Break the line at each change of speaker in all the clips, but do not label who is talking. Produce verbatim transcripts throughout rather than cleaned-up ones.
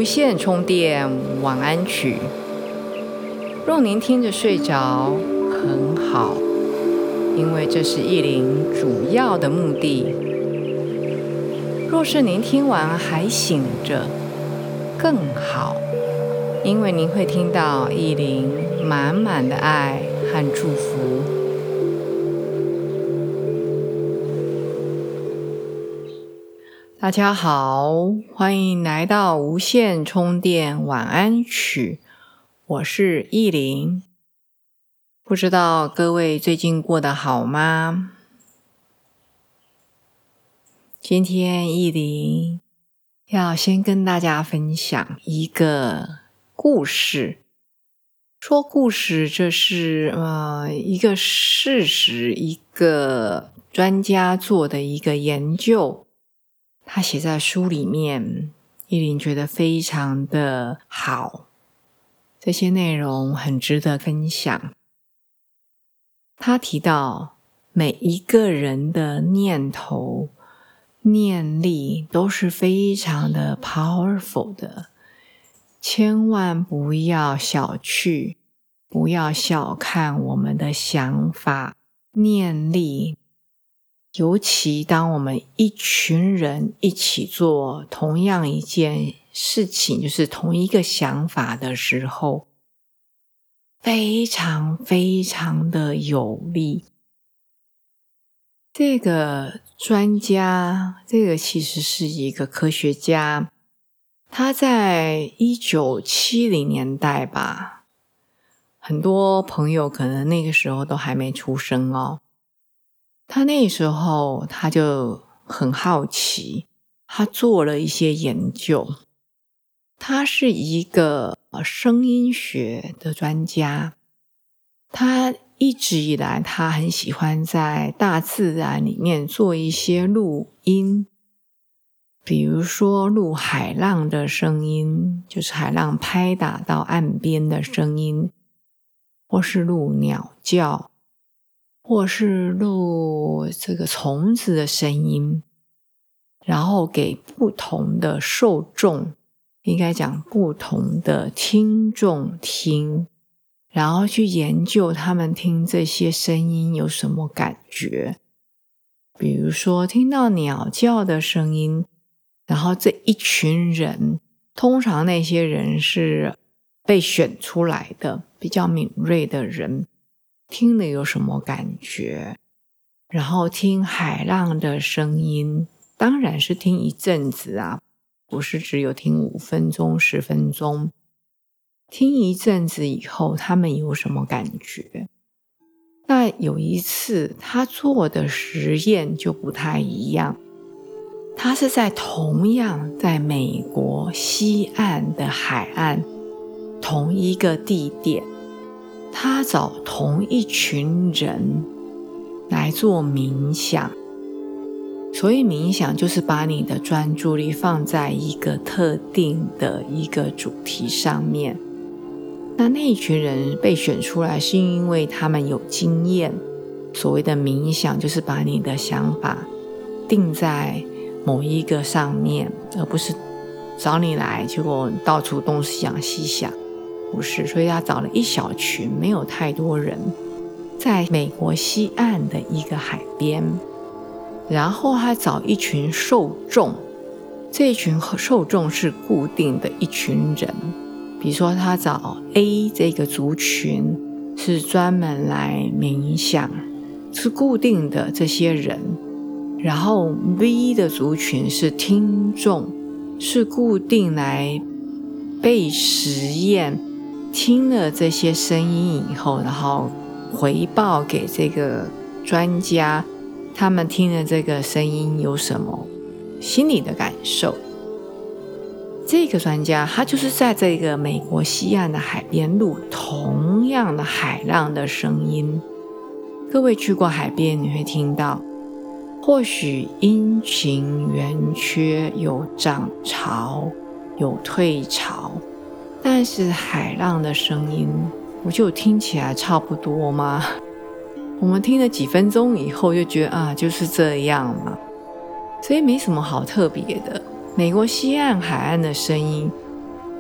无线充电晚安曲，若您听着睡着很好，因为这是意林主要的目的。若是您听完还醒着更好，因为您会听到意林满满的爱和祝福。大家好，欢迎来到无线充电晚安曲，我是意林。不知道各位最近过得好吗？今天意林要先跟大家分享一个故事。说故事，这是呃一个事实，一个专家做的一个研究。他写在书里面，意林觉得非常的好，这些内容很值得分享。他提到每一个人的念头、念力都是非常的 powerful 的，千万不要小觑，不要小看我们的想法、念力。尤其当我们一群人一起做同样一件事情，就是同一个想法的时候，非常非常的有力。这个专家，这个其实是一个科学家，他在一九七零年代吧，很多朋友可能那个时候都还没出生哦。他那时候他就很好奇，他做了一些研究。他是一个声音学的专家，他一直以来他很喜欢在大自然里面做一些录音，比如说录海浪的声音，就是海浪拍打到岸边的声音，或是录鸟叫，或是录这个虫子的声音，然后给不同的受众，应该讲不同的听众听，然后去研究他们听这些声音有什么感觉。比如说听到鸟叫的声音，然后这一群人，通常那些人是被选出来的，比较敏锐的人，听了有什么感觉？然后听海浪的声音，当然是听一阵子啊，不是只有听五分钟、十分钟。听一阵子以后，他们有什么感觉？那有一次他做的实验就不太一样，他是在同样在美国西岸的海岸，同一个地点，他找同一群人来做冥想。所以冥想就是把你的专注力放在一个特定的一个主题上面。那那一群人被选出来是因为他们有经验，所谓的冥想就是把你的想法定在某一个上面，而不是找你来结果到处东西想西想，不是。所以他找了一小群，没有太多人，在美国西岸的一个海边，然后他找一群受众，这一群受众是固定的一群人，比如说他找 A 这个族群是专门来冥想，是固定的这些人，然后 B 的族群是听众，是固定来被实验，听了这些声音以后，然后回报给这个专家，他们听了这个声音有什么心理的感受。这个专家他就是在这个美国西岸的海边录同样的海浪的声音。各位去过海边，你会听到或许阴晴圆缺，有涨潮有退潮，但是海浪的声音不就听起来差不多吗？我们听了几分钟以后就觉得啊，就是这样嘛，所以没什么好特别的。美国西岸海岸的声音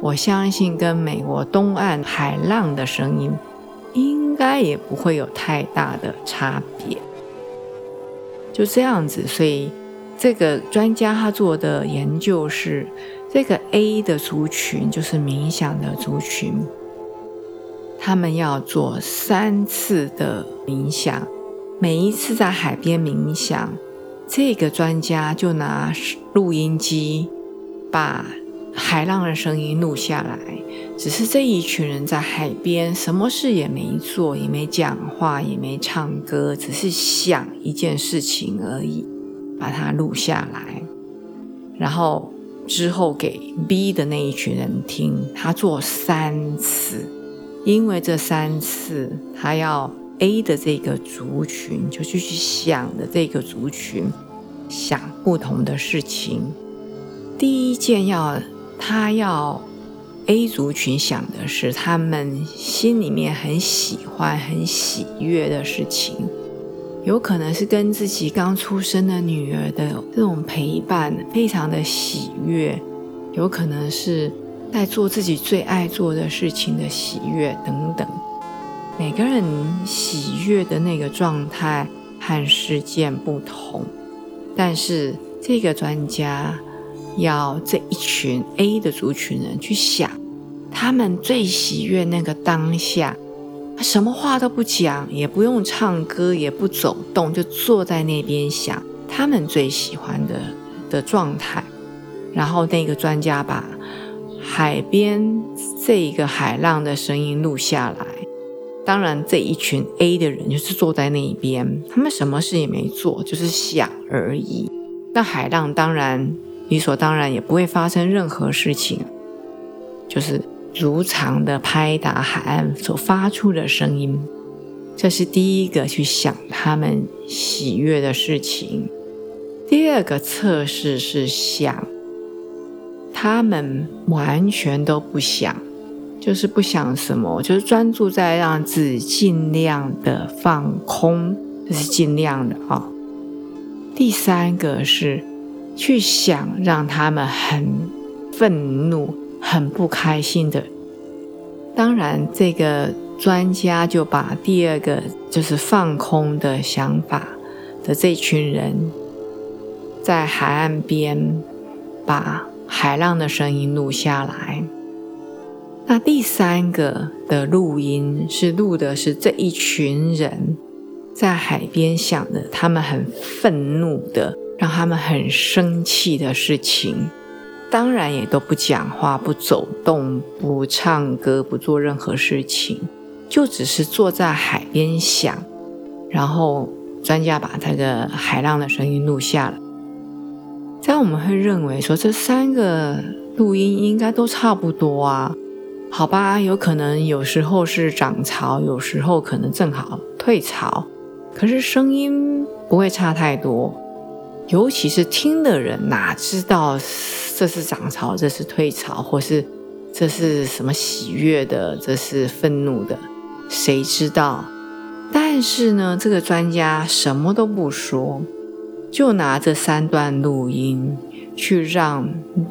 我相信跟美国东岸海浪的声音应该也不会有太大的差别。就这样子，所以这个专家他做的研究是，这个 A 的族群，就是冥想的族群，他们要做三次的冥想，每一次在海边冥想，这个专家就拿录音机把海浪的声音录下来，只是这一群人在海边什么事也没做，也没讲话，也没唱歌，只是想一件事情而已，把它录下来，然后之后给 B 的那一群人听，他做三次，因为这三次他要 A 的这个族群，就去想的这个族群想不同的事情。第一件要他要 A 族群想的是他们心里面很喜欢很喜悦的事情，有可能是跟自己刚出生的女儿的这种陪伴非常的喜悦，有可能是在做自己最爱做的事情的喜悦等等。每个人喜悦的那个状态和事件不同，但是这个专家要这一群 A 的族群人去想他们最喜悦那个当下，什么话都不讲，也不用唱歌，也不走动，就坐在那边想他们最喜欢的的状态。然后那个专家把海边这一个海浪的声音录下来，当然这一群 A 的人就是坐在那边，他们什么事也没做，就是想而已。那海浪当然理所当然也不会发生任何事情，就是如常的拍打海岸所发出的声音。这是第一个去想他们喜悦的事情。第二个测试是想他们完全都不想，就是不想什么，就是专注在让自己尽量的放空，这是尽量的啊、哦。第三个是去想让他们很愤怒很不开心的。当然这个专家就把第二个就是放空的想法的这群人在海岸边把海浪的声音录下来。那第三个的录音是录的是这一群人在海边想的他们很愤怒的让他们很生气的事情，当然也都不讲话不走动不唱歌不做任何事情，就只是坐在海边想，然后专家把这个海浪的声音录下来。这样我们会认为说这三个录音应该都差不多啊，好吧，有可能有时候是涨潮，有时候可能正好退潮，可是声音不会差太多。尤其是听的人哪知道这是涨潮这是退潮，或是这是什么喜悦的这是愤怒的，谁知道。但是呢这个专家什么都不说，就拿这三段录音去让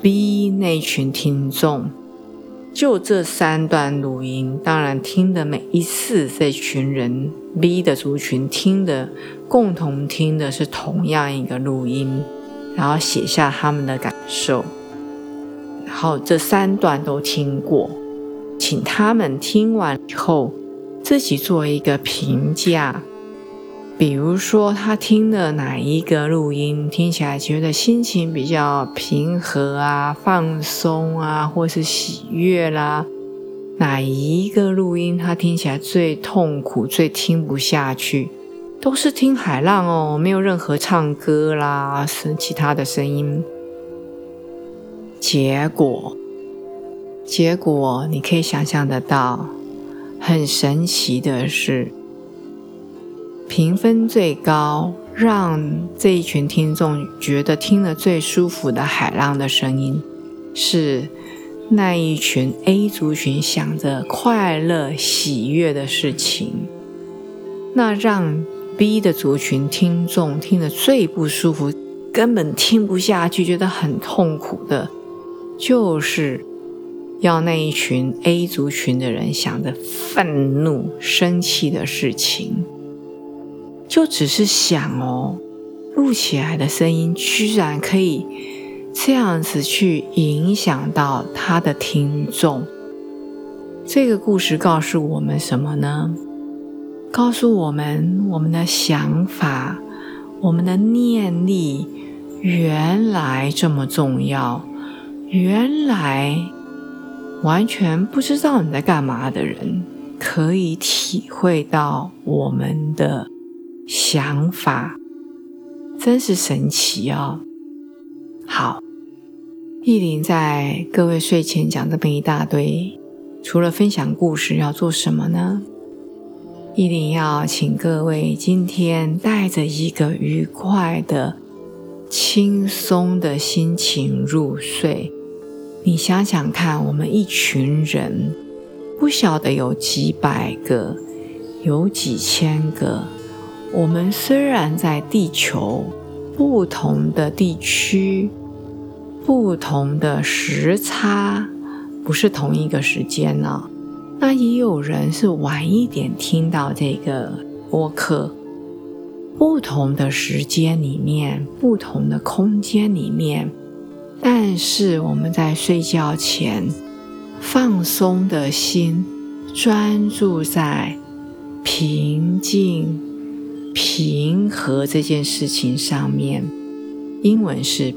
B 那群听众，就这三段录音，当然听的每一次这群人 B 的族群听的共同听的是同样一个录音，然后写下他们的感受，然后这三段都听过，请他们听完以后自己做一个评价。比如说他听的哪一个录音听起来觉得心情比较平和啊放松啊或是喜悦啦，哪一个录音他听起来最痛苦最听不下去，都是听海浪哦，没有任何唱歌啦其他的声音。结果结果你可以想象得到，很神奇的是评分最高让这一群听众觉得听了最舒服的海浪的声音，是那一群 A 族群想着快乐喜悦的事情。那让 B 的族群听众听得最不舒服根本听不下去觉得很痛苦的，就是要那一群 A 族群的人想着愤怒、生气的事情，就只是想哦，录起来的声音居然可以这样子去影响到他的听众。这个故事告诉我们什么呢？告诉我们，我们的想法，我们的念力原来这么重要，原来完全不知道你在干嘛的人可以体会到我们的想法，真是神奇哦。好，艺林在各位睡前讲这么一大堆，除了分享故事要做什么呢？艺林要请各位今天带着一个愉快的轻松的心情入睡。你想想看，我们一群人不晓得有几百个，有几千个，我们虽然在地球不同的地区，不同的时差，不是同一个时间呢、哦，那也有人是晚一点听到这个播客，不同的时间里面，不同的空间里面，但是我们在睡觉前放松的心，专注在平静、平和这件事情上面。英文是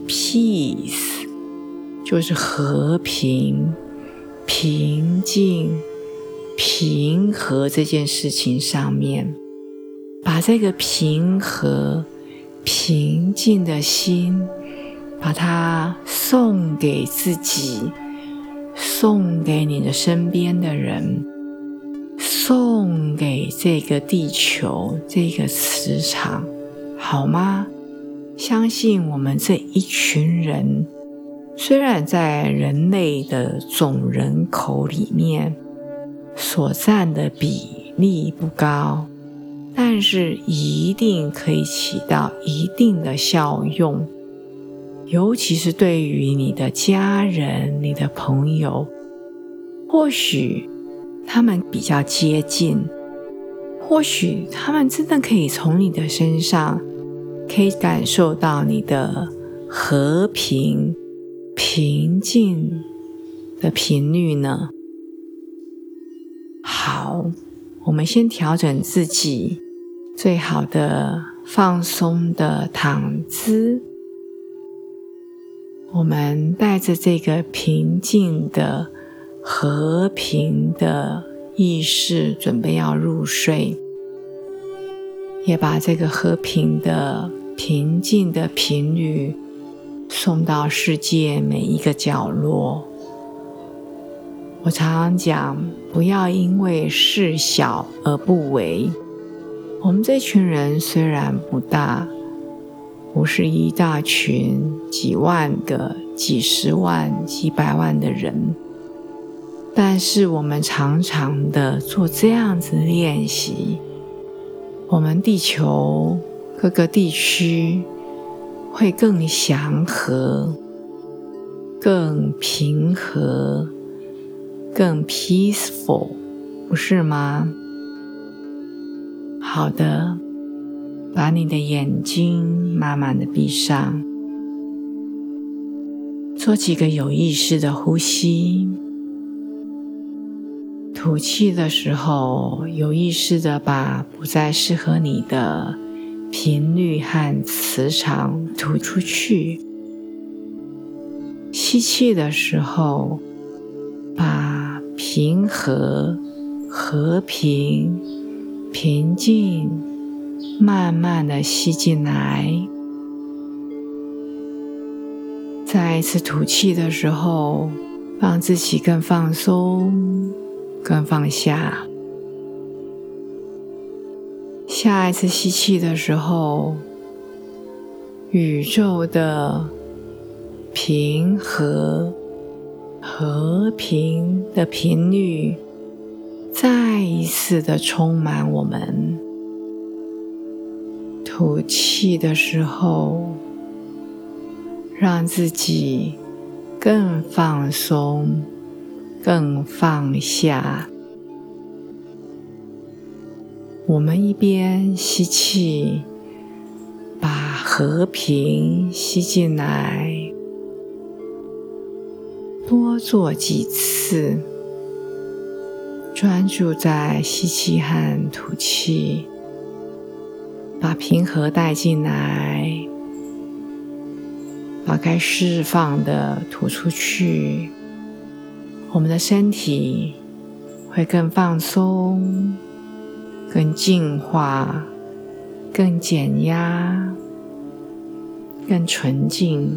peace， 就是和平、平静、平和这件事情上面，把这个平和、平静的心，把它送给自己，送给你的身边的人，送给这个地球，这个磁场，好吗？相信我们这一群人，虽然在人类的总人口里面所占的比例不高，但是一定可以起到一定的效用，尤其是对于你的家人、你的朋友，或许他们比较接近，或许他们真的可以从你的身上可以感受到你的和平、平静的频率呢。好，我们先调整自己最好的放松的躺姿，我们带着这个平静的、和平的意识准备要入睡，也把这个和平的、平静的频率送到世界每一个角落。我常常讲，不要因为事小而不为。我们这群人虽然不大，不是一大群几万个、几十万、几百万的人，但是我们常常的做这样子练习，我们地球各个地区会更祥和、更平和、更 peaceful， 不是吗？好的，把你的眼睛慢慢的闭上，做几个有意识的呼吸。吐气的时候，有意识的把不再适合你的频率和磁场吐出去。吸气的时候，把平和、和平、平静慢慢的吸进来。再一次吐气的时候，让自己更放松、更放下。下一次吸气的时候，宇宙的平和、和平的频率再一次的充满我们。吐气的时候，让自己更放松、 更放下。我们一边吸气，把和平吸进来，多做几次，专注在吸气和吐气，把平和带进来，把该释放的吐出去。我们的身体会更放松，更净化，更减压，更纯净。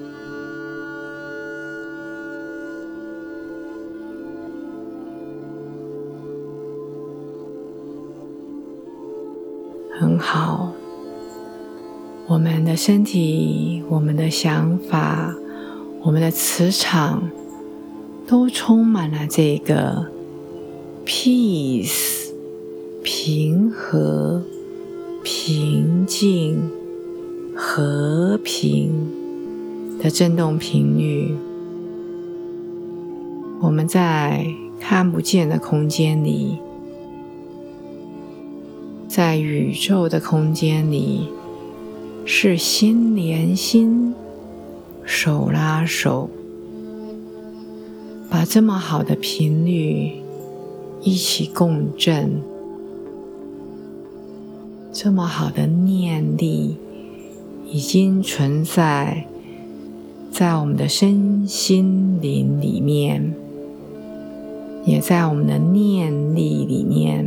很好，我们的身体、我们的想法、我们的磁场都充满了这个 peace 平和、平静、和平的振动频率。我们在看不见的空间里，在宇宙的空间里，是心连心，手拉手，把这么好的频率一起共振，这么好的念力已经存在在我们的身心灵里面，也在我们的念力里面，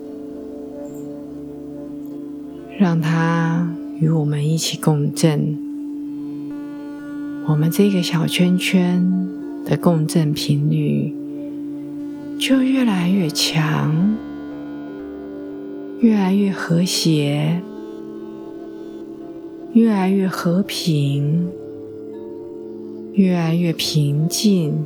让它与我们一起共振。我们这个小圈圈的共振频率就越来越强，越来越和谐，越来越和平，越来越平静。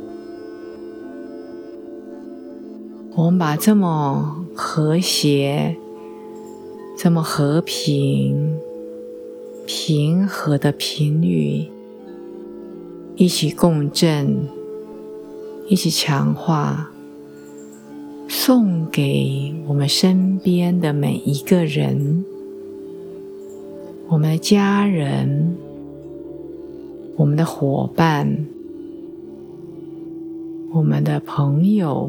我们把这么和谐、这么和平、平和的频率一起共振，一起强化，送给我们身边的每一个人，我们的家人，我们的伙伴，我们的朋友。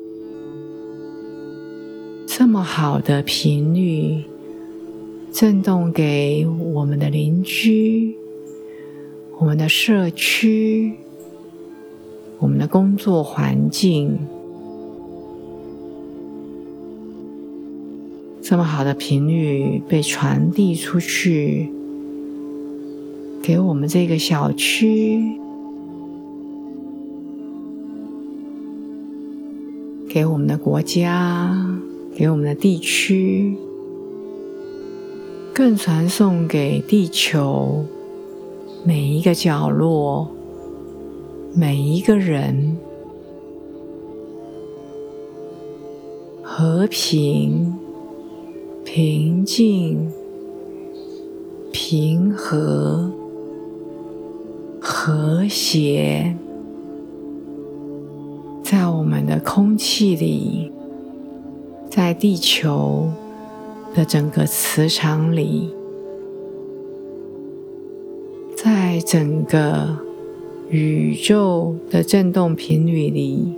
这么好的频率震动给我们的邻居，我们的社区，我们的工作环境。这么好的频率被传递出去，给我们这个小区，给我们的国家，给我们的地区，更传送给地球每一个角落，每一个人。和平、平静、平和、和谐，在我们的空气里，在地球的整个磁场里，在整个宇宙的振动频率里，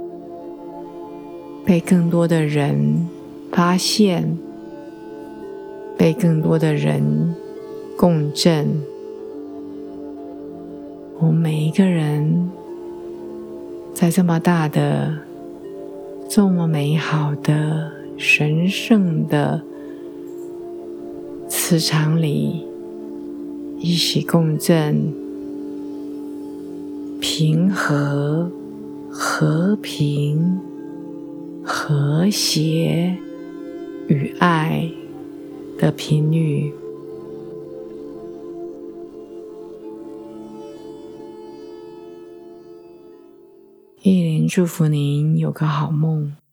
被更多的人发现，被更多的人共振。我们每一个人在这么大的、这么美好的、神圣的磁场里，一起共振，平和、和平、和谐与爱的频率。意林祝福您有个好梦。